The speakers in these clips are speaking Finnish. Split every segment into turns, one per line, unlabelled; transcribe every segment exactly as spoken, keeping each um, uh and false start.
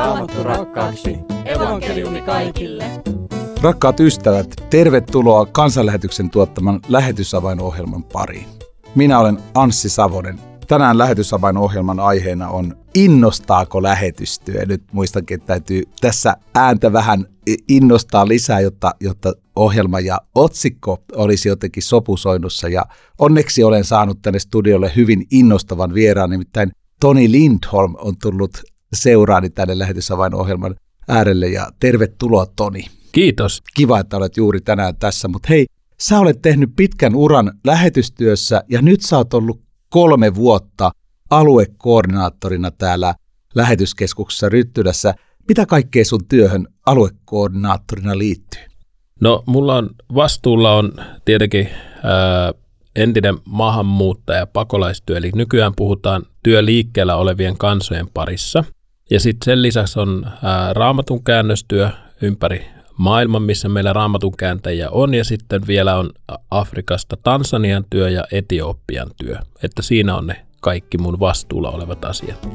Raamattu rakkaaksi. Evankeliumi kaikille.
Rakkaat ystävät, tervetuloa Kansanlähetyksen tuottaman Lähetysavain-ohjelman pariin. Minä olen Anssi Savonen. Tänään Lähetysavain-ohjelman aiheena on innostaako lähetystyö. Nyt muistankin, että täytyy tässä ääntä vähän innostaa lisää, jotta, jotta ohjelma ja otsikko olisi jotenkin sopusoinnussa. Ja onneksi olen saanut tänne studiolle hyvin innostavan vieraan, nimittäin Toni Lindholm on tullut seuraani tänne Lähetysavain-ohjelman äärelle. Ja tervetuloa, Toni.
Kiitos.
Kiva, että olet juuri tänään tässä, mutta hei, sä olet tehnyt pitkän uran lähetystyössä ja nyt sä oot ollut kolme vuotta aluekoordinaattorina täällä lähetyskeskuksessa Ryttylässä. Mitä kaikkea sun työhön aluekoordinaattorina liittyy?
No mulla on vastuulla on tietenkin ää, entinen maahanmuuttaja pakolaistyö, eli nykyään puhutaan työliikkeellä olevien kansojen parissa. Ja sitten sen lisäksi on ää, raamatun käännöstyö ympäri maailman, missä meillä raamatun kääntäjiä on, ja sitten vielä on Afrikasta Tansanian työ ja Etiopian työ. Että siinä on ne kaikki mun vastuulla olevat asiat.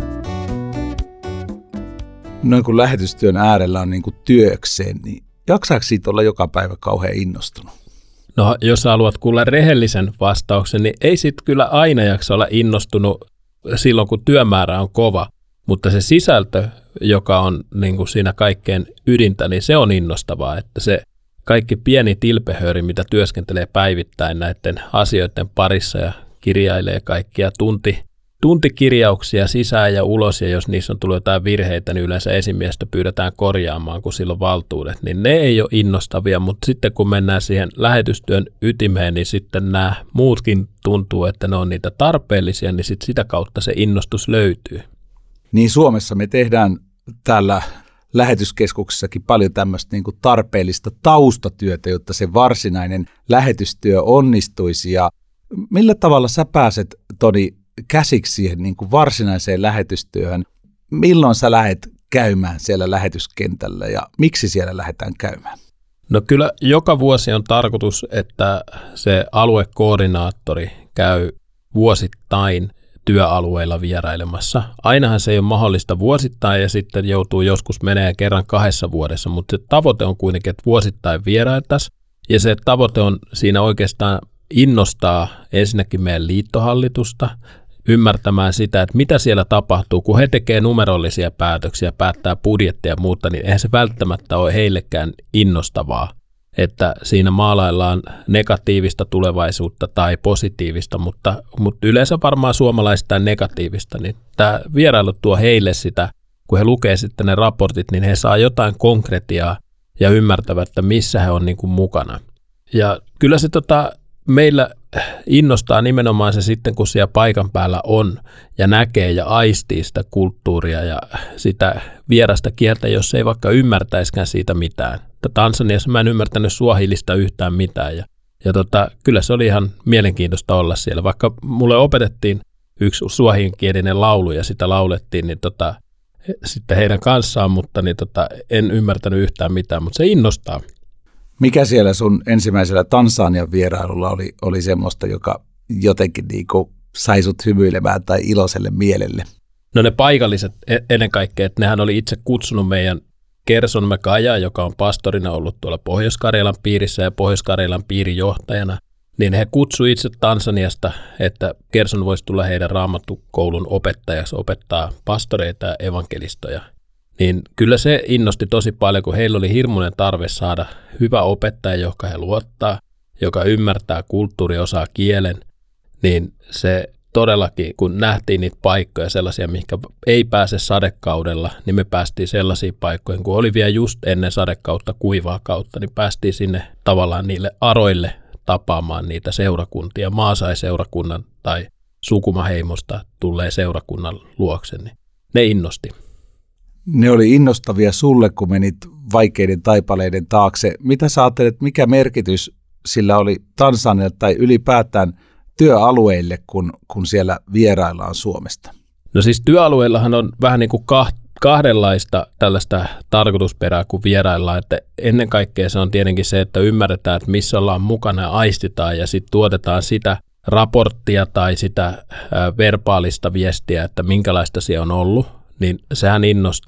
Noin kun lähetystyön äärellä on niin kuin työkseen, niin jaksaako siitä olla joka päivä kauhean innostunut?
No jos haluat kuulla rehellisen vastauksen, niin ei sit kyllä aina jaksa olla innostunut silloin, kun työmäärä on kova. Mutta se sisältö, joka on niin kuin siinä kaikkein ydintä, niin se on innostavaa, että se kaikki pieni tilpehööri, mitä työskentelee päivittäin näiden asioiden parissa ja kirjailee kaikkia tunti, tuntikirjauksia sisään ja ulos, ja jos niissä on tullut jotain virheitä, niin yleensä esimiestä pyydetään korjaamaan, kun sillä on valtuudet, niin ne ei ole innostavia, mutta sitten kun mennään siihen lähetystyön ytimeen, niin sitten nämä muutkin tuntuu, että ne on niitä tarpeellisia, niin sitten sitä kautta se innostus löytyy.
Niin Suomessa me tehdään täällä lähetyskeskuksessakin paljon tämmöistä niin kuin tarpeellista taustatyötä, jotta se varsinainen lähetystyö onnistuisi. Ja millä tavalla sä pääset, Toni, käsiksi siihen niin kuin varsinaiseen lähetystyöhön? Milloin sä lähdet käymään siellä lähetyskentällä ja miksi siellä lähdetään käymään?
No kyllä joka vuosi on tarkoitus, että se aluekoordinaattori käy vuosittain työalueilla vierailemassa. Ainahan se ei ole mahdollista vuosittain ja sitten joutuu joskus menee kerran kahdessa vuodessa, mutta se tavoite on kuitenkin, että vuosittain vierailtaisiin. Ja se tavoite on siinä oikeastaan innostaa ensinnäkin meidän liittohallitusta ymmärtämään sitä, että mitä siellä tapahtuu, kun he tekee numerollisia päätöksiä, päättää budjettia ja muuta, niin eihän se välttämättä ole heillekään innostavaa, että siinä maalaillaan negatiivista tulevaisuutta tai positiivista, mutta, mutta yleensä varmaan suomalaistain negatiivista, niin tämä vierailu tuo heille sitä, kun he lukee sitten ne raportit, niin he saa jotain konkretiaa ja ymmärtävät, että missä he on niin kuin mukana. Ja kyllä se tota, meillä innostaa nimenomaan se sitten, kun siellä paikan päällä on ja näkee ja aistii sitä kulttuuria ja sitä vierasta kieltä, jos ei vaikka ymmärtäisikään siitä mitään. Tansaniassa mä en ymmärtänyt suahilista yhtään mitään ja, ja tota, kyllä se oli ihan mielenkiintoista olla siellä. Vaikka mulle opetettiin yksi suahinkielinen laulu ja sitä laulettiin niin tota, sitten heidän kanssaan, mutta niin tota, en ymmärtänyt yhtään mitään, mutta se innostaa.
Mikä siellä sun ensimmäisellä Tansanian vierailulla oli, oli semmoista, joka jotenkin niinku sai sut hymyilemään tai iloiselle mielelle?
No ne paikalliset ennen kaikkea, että nehän oli itse kutsunut meidän Gerson Mekaja, joka on pastorina ollut tuolla Pohjois-Karjalan piirissä ja Pohjois-Karjalan piirijohtajana, niin he kutsui itse Tansaniasta, että Gerson voisi tulla heidän raamattukoulun opettajaksi, opettaa pastoreita ja evankelistoja. Niin kyllä se innosti tosi paljon, kun heillä oli hirmuinen tarve saada hyvä opettaja, joka he luottaa, joka ymmärtää kulttuuri, osaa kielen, niin se todellakin, kun nähtiin niitä paikkoja sellaisia, mihinkä ei pääse sadekaudella, niin me päästiin sellaisiin paikkoihin, kun oli vielä just ennen sadekautta, kuivaa kautta, niin päästiin sinne tavallaan niille aroille tapaamaan niitä seurakuntia, Maasai-seurakunnan tai Sukumaheimosta tulleen seurakunnan luokse, niin ne innosti.
Ne oli innostavia sulle, kun menit vaikeiden taipaleiden taakse. Mitä sä ajattelet, mikä merkitys sillä oli Tansanialle tai ylipäätään työalueille, kun, kun siellä vieraillaan Suomesta?
No siis työalueillahan on vähän niin kuin kahdenlaista tällaista tarkoitusperää, kun vieraillaan. Että ennen kaikkea se on tietenkin se, että ymmärretään, että missä ollaan mukana ja aistitaan ja sitten tuotetaan sitä raporttia tai sitä verbaalista viestiä, että minkälaista se on ollut. Niin sehän innostaa.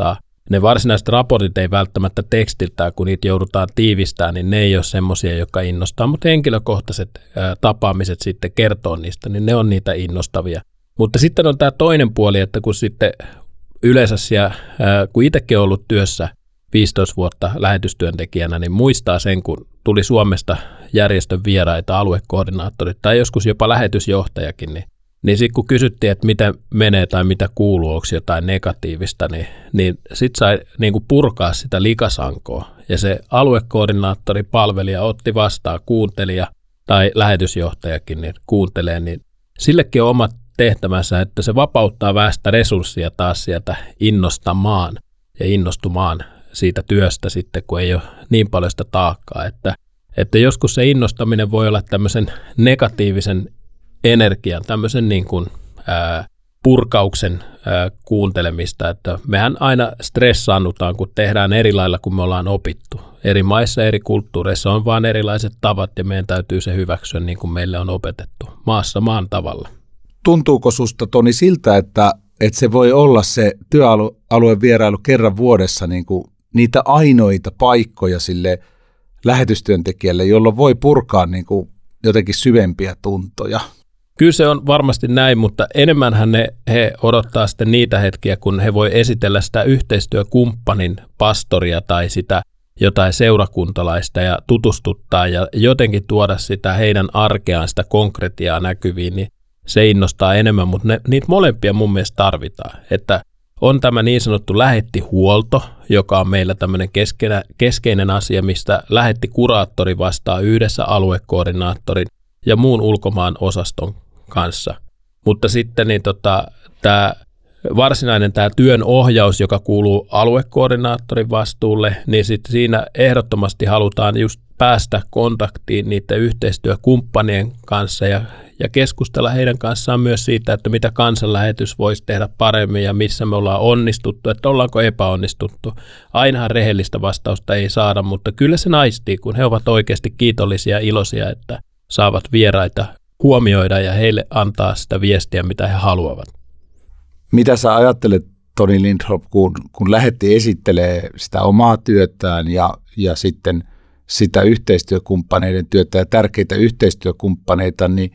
ne varsinaiset raportit ei välttämättä tekstiltään, kun niitä joudutaan tiivistämään, niin ne ei ole semmoisia, jotka innostaa, mutta henkilökohtaiset ää, tapaamiset sitten kertoo niistä, niin ne on niitä innostavia. Mutta sitten on tämä toinen puoli, että kun sitten yleensä siellä, ää, kun itsekin on ollut työssä viisitoista vuotta lähetystyöntekijänä, niin muistaa sen, kun tuli Suomesta järjestön vieraita, aluekoordinaattorit tai joskus jopa lähetysjohtajakin, niin, niin sitten kun kysyttiin, että mitä menee tai mitä kuuluu, onko jotain negatiivista, niin, niin sitten sai niin kuin purkaa sitä likasankoa. Ja se aluekoordinaattori, palvelija otti vastaan, kuuntelija tai lähetysjohtajakin niin kuuntelee, niin sillekin on omat tehtävänsä, että se vapauttaa vähän sitä resurssia taas sieltä innostamaan ja innostumaan siitä työstä sitten, kun ei ole niin paljon sitä taakkaa, että, että joskus se innostaminen voi olla tämmöisen negatiivisen energian, tämmöisen niin kuin, ää, purkauksen ää, kuuntelemista, että mehän aina stressaannutaan, kun tehdään eri lailla kuin me ollaan opittu. Eri maissa, eri kulttuureissa on vaan erilaiset tavat ja meidän täytyy se hyväksyä niin kuin meille on opetettu maassa maan tavalla.
Tuntuuko susta, Toni, siltä, että, että se voi olla se työalueen vierailu kerran vuodessa niin kuin niitä ainoita paikkoja sille lähetystyöntekijälle, jolloin voi purkaa niin kuin jotenkin syvempiä tuntoja?
Kyllä se on varmasti näin, mutta enemmänhän ne, he odottaa sitten niitä hetkiä, kun he voi esitellä sitä yhteistyökumppanin pastoria tai sitä jotain seurakuntalaista ja tutustuttaa ja jotenkin tuoda sitä heidän arkeaan, sitä konkretiaa näkyviin, niin se innostaa enemmän, mutta ne, niitä molempia mun mielestä tarvitaan, että on tämä niin sanottu lähettihuolto, joka on meillä tämmöinen keskeinen, keskeinen asia, mistä lähettikuraattori vastaa yhdessä aluekoordinaattorin ja muun ulkomaan osaston kanssa. Mutta sitten niin tota, tämä varsinainen tämä työn ohjaus, joka kuuluu aluekoordinaattorin vastuulle, niin sitten siinä ehdottomasti halutaan just päästä kontaktiin niiden yhteistyökumppanien kanssa ja, ja keskustella heidän kanssaan myös siitä, että mitä kansanlähetys voisi tehdä paremmin ja missä me ollaan onnistuttu, että ollaanko epäonnistuttu. Ainahan rehellistä vastausta ei saada, mutta kyllä se naistii, kun he ovat oikeasti kiitollisia ja iloisia, että saavat vieraita huomioida ja heille antaa sitä viestiä, mitä he haluavat.
Mitä sä ajattelet, Toni Lindholm, kun, kun lähetti esittelee sitä omaa työtään ja, ja sitten sitä yhteistyökumppaneiden työtä ja tärkeitä yhteistyökumppaneita, niin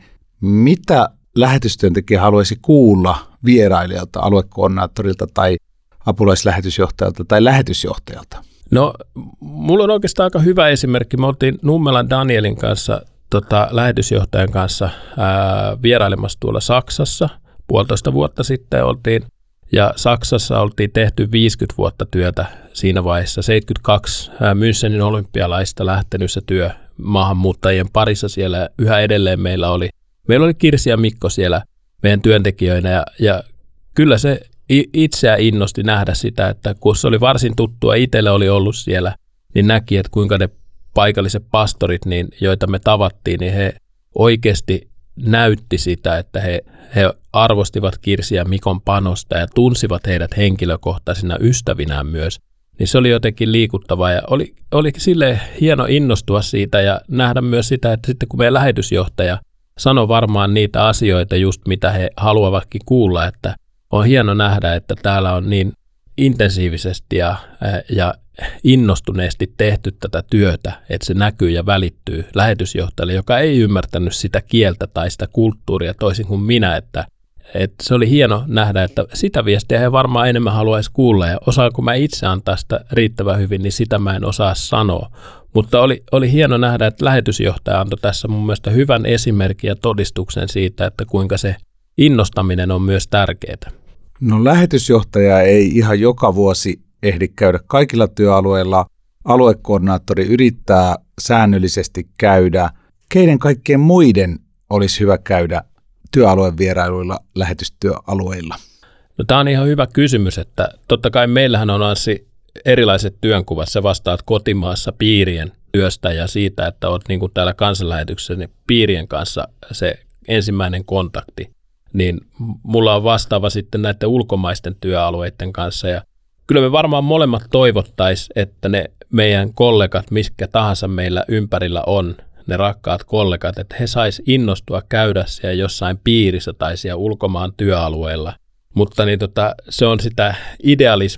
mitä lähetystyöntekijä haluaisi kuulla vierailijalta, aluekoordinaattorilta tai apulaislähetysjohtajalta tai lähetysjohtajalta?
No, mulla on oikeastaan aika hyvä esimerkki. Me oltiin Nummelan Danielin kanssa, tota, lähetysjohtajan kanssa ää, vierailemassa tuolla Saksassa. Puolitoista vuotta sitten oltiin, ja Saksassa oltiin tehty viisikymmentä vuotta työtä siinä vaiheessa. seitsemänkymmentäkaksi Münchenin olympialaista lähtenyt se työ maahanmuuttajien parissa siellä. Yhä edelleen meillä oli, meillä oli Kirsi ja Mikko siellä meidän työntekijöinä, ja, ja kyllä se itseä innosti nähdä sitä, että kun se oli varsin tuttua, itselle oli ollut siellä, niin näki, että kuinka ne paikalliset pastorit, niin, joita me tavattiin, niin he oikeasti näytti sitä, että he, he arvostivat Kirsi ja Mikon panosta ja tunsivat heidät henkilökohtaisina ystävinään myös. Niin se oli jotenkin liikuttavaa ja oli, oli silleen hieno innostua siitä ja nähdä myös sitä, että sitten kun meidän lähetysjohtaja sanoi varmaan niitä asioita just mitä he haluavatkin kuulla, että on hieno nähdä, että täällä on niin intensiivisesti ja, ja innostuneesti tehty tätä työtä, että se näkyy ja välittyy lähetysjohtajalle, joka ei ymmärtänyt sitä kieltä tai sitä kulttuuria toisin kuin minä, että, että se oli hieno nähdä, että sitä viestiä he varmaan enemmän haluaisi kuulla ja osaanko mä itse antaa sitä riittävän hyvin, niin sitä mä en osaa sanoa. Mutta oli, oli hieno nähdä, että lähetysjohtaja antoi tässä mun mielestä hyvän esimerkin ja todistuksen siitä, että kuinka se innostaminen on myös tärkeää.
No lähetysjohtaja ei ihan joka vuosi ehdi käydä kaikilla työalueilla. Aluekoordinaattori yrittää säännöllisesti käydä. Keiden kaikkien muiden olisi hyvä käydä työalueen vierailuilla lähetystyöalueilla?
No, tämä on ihan hyvä kysymys, että totta kai meillähän on Anssi erilaiset työnkuvat. Sä vastaat kotimaassa piirien työstä ja siitä, että olet niin kuin täällä kansanlähetyksessä niin piirien kanssa se ensimmäinen kontakti. Niin mulla on vastaava sitten näiden ulkomaisten työalueiden kanssa ja kyllä me varmaan molemmat toivottaisiin, että ne meidän kollegat, miskä tahansa meillä ympärillä on, ne rakkaat kollegat, että he sais innostua käydä siellä jossain piirissä tai siellä ulkomaan työalueella. Mutta niin tota, se on sitä idealismia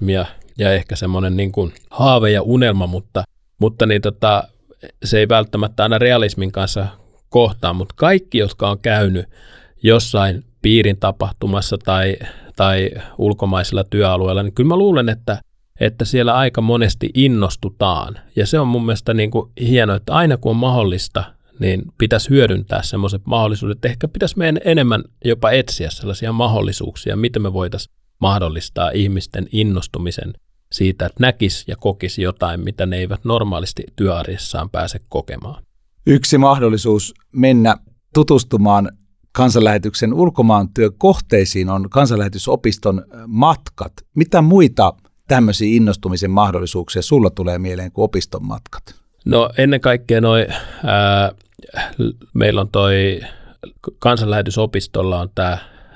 ja ehkä semmoinen niin kuin haave ja unelma, mutta, mutta niin tota, se ei välttämättä aina realismin kanssa kohtaa, mutta kaikki, jotka on käynyt jossain piirin tapahtumassa tai, tai ulkomaisilla työalueilla, niin kyllä mä luulen, että, että siellä aika monesti innostutaan. Ja se on mun mielestä niin kuin hienoa, että aina kun on mahdollista, niin pitäisi hyödyntää semmoiset mahdollisuudet. Ehkä pitäisi meidän enemmän jopa etsiä sellaisia mahdollisuuksia, miten me voitaisiin mahdollistaa ihmisten innostumisen siitä, että näkisi ja kokisi jotain, mitä ne eivät normaalisti työarjessaan pääse kokemaan.
Yksi mahdollisuus mennä tutustumaan kansanlähetyksen ulkomaantyökohteisiin on kansanlähetysopiston matkat. Mitä muita tämmöisiä innostumisen mahdollisuuksia sulla tulee mieleen kuin opiston matkat?
No ennen kaikkea noi, ää, meillä on toi kansanlähetysopistolla on tämä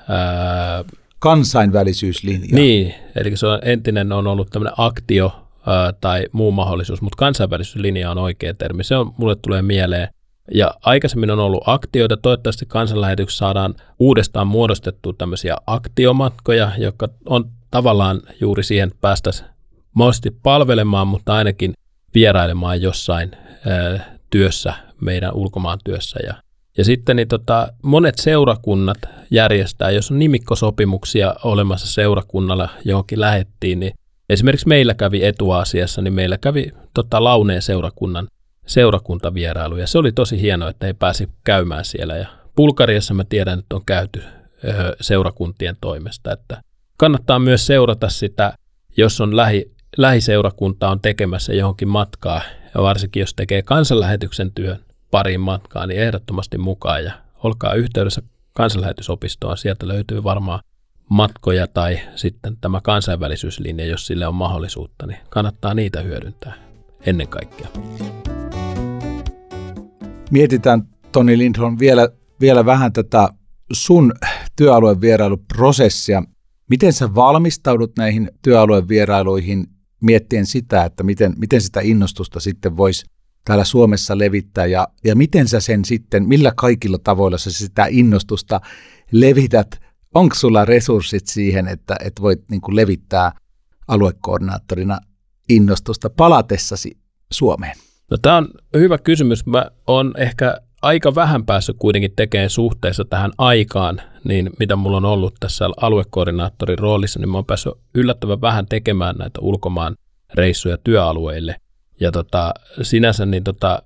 kansainvälisyyslinja.
Niin, eli se on, entinen on ollut tämmöinen aktio ää, tai muu mahdollisuus, mutta kansainvälisyyslinja on oikea termi. Se on, mulle tulee mieleen. Ja aikaisemmin on ollut aktioita, toivottavasti kansanlähetyksessä saadaan uudestaan muodostettua tämmöisiä aktiomatkoja, jotka on tavallaan juuri siihen, että päästäisiin mahdollisesti palvelemaan, mutta ainakin vierailemaan jossain ää, työssä, meidän ulkomaan työssä. Ja, ja sitten niin tota, monet seurakunnat järjestää, jos on nimikkosopimuksia olemassa seurakunnalla, johonkin lähettiin, niin esimerkiksi meillä kävi Etuasiassa, niin meillä kävi tota, Launeen seurakunnan seurakuntavierailu, ja se oli tosi hienoa, että ei pääsi käymään siellä. Ja Bulgariassa mä tiedän, että on käyty ö, seurakuntien toimesta, että kannattaa myös seurata sitä, jos on lähi, lähiseurakunta on tekemässä johonkin matkaa, ja varsinkin jos tekee kansanlähetyksen työn pariin matkaa, niin ehdottomasti mukaan, ja olkaa yhteydessä kansanlähetysopistoon, sieltä löytyy varmaan matkoja tai sitten tämä kansainvälisyyslinja, jos sille on mahdollisuutta, niin kannattaa niitä hyödyntää ennen kaikkea.
Mietitään, Toni Lindholm, vielä, vielä vähän tätä sun työalueen vierailuprosessia. Miten sä valmistaudut näihin työalueen vierailuihin miettien sitä, että miten, miten sitä innostusta sitten voisi täällä Suomessa levittää ja, ja miten sä sen sitten, millä kaikilla tavoilla sä sitä innostusta levität? Onko sulla resurssit siihen, että, että voit niin kuin levittää aluekoordinaattorina innostusta palatessasi Suomeen?
No, tämä on hyvä kysymys. Mä oon ehkä aika vähän päässyt kuitenkin tekemään suhteessa tähän aikaan, niin mitä mulla on ollut tässä aluekoordinaattorin roolissa, niin mä oon päässyt yllättävän vähän tekemään näitä ulkomaan reissuja työalueille. Ja tota, sinänsä niin tota,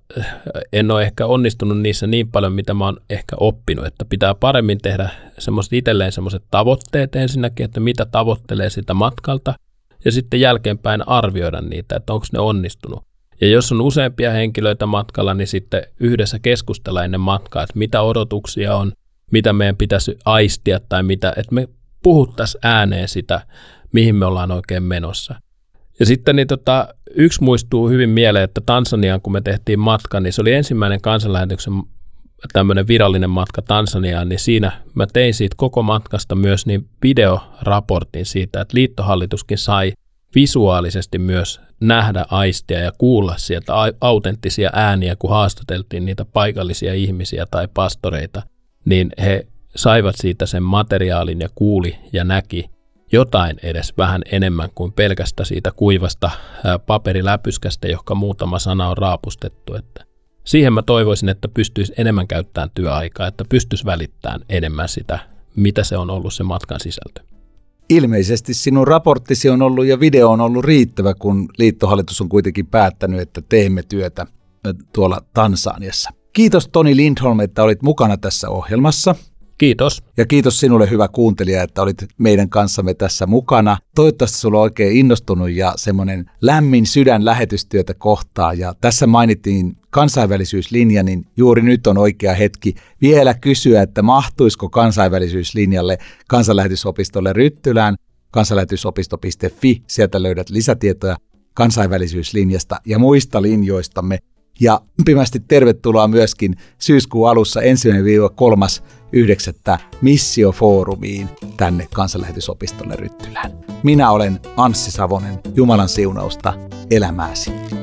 en ole ehkä onnistunut niissä niin paljon, mitä mä oon ehkä oppinut, että pitää paremmin tehdä semmoiset itselleen semmoiset tavoitteet ensinnäkin, että mitä tavoittelee sitä matkalta, ja sitten jälkeenpäin arvioida niitä, että onko ne onnistunut. Ja jos on useampia henkilöitä matkalla, niin sitten yhdessä keskustella ennen matkaa, että mitä odotuksia on, mitä meidän pitäisi aistia tai mitä, että me puhuttaisiin ääneen sitä, mihin me ollaan oikein menossa. Ja sitten niin tota, yksi muistuu hyvin mieleen, että Tansaniaan, kun me tehtiin matka, niin se oli ensimmäinen kansanlähetyksen tämmöinen virallinen matka Tansaniaan, niin siinä mä tein siitä koko matkasta myös niin videoraportin siitä, että liittohallituskin sai visuaalisesti myös nähdä, aistia ja kuulla sieltä autenttisia ääniä, kun haastateltiin niitä paikallisia ihmisiä tai pastoreita, niin he saivat siitä sen materiaalin ja kuuli ja näki jotain edes vähän enemmän kuin pelkästä siitä kuivasta paperiläpyskästä, johon muutama sana on raapustettu. Että siihen mä toivoisin, että pystyisi enemmän käyttämään työaikaa, että pystyisi välittämään enemmän sitä, mitä se on ollut se matkan sisältö.
Ilmeisesti sinun raporttisi on ollut ja video on ollut riittävä, kun liittohallitus on kuitenkin päättänyt, että teemme työtä tuolla Tansaniassa. Kiitos Toni Lindholm, että olit mukana tässä ohjelmassa.
Kiitos.
Ja kiitos sinulle, hyvä kuuntelija, että olit meidän kanssamme tässä mukana. Toivottavasti sulla on oikein innostunut ja semmoinen lämmin sydän lähetystyötä kohtaa. Ja tässä mainittiin kansainvälisyyslinja, niin juuri nyt on oikea hetki vielä kysyä, että mahtuisiko kansainvälisyyslinjalle kansanlähetysopistolle Ryttylään, kansanlähetysopisto piste fi. Sieltä löydät lisätietoja kansainvälisyyslinjasta ja muista linjoistamme. Ja lämpimästi tervetuloa myöskin syyskuun alussa ensimmäinen kolmas yhdeksättä missiofoorumiin tänne kansanlähetysopistolle Ryttylään. Minä olen Anssi Savonen. Jumalan siunausta elämääsi.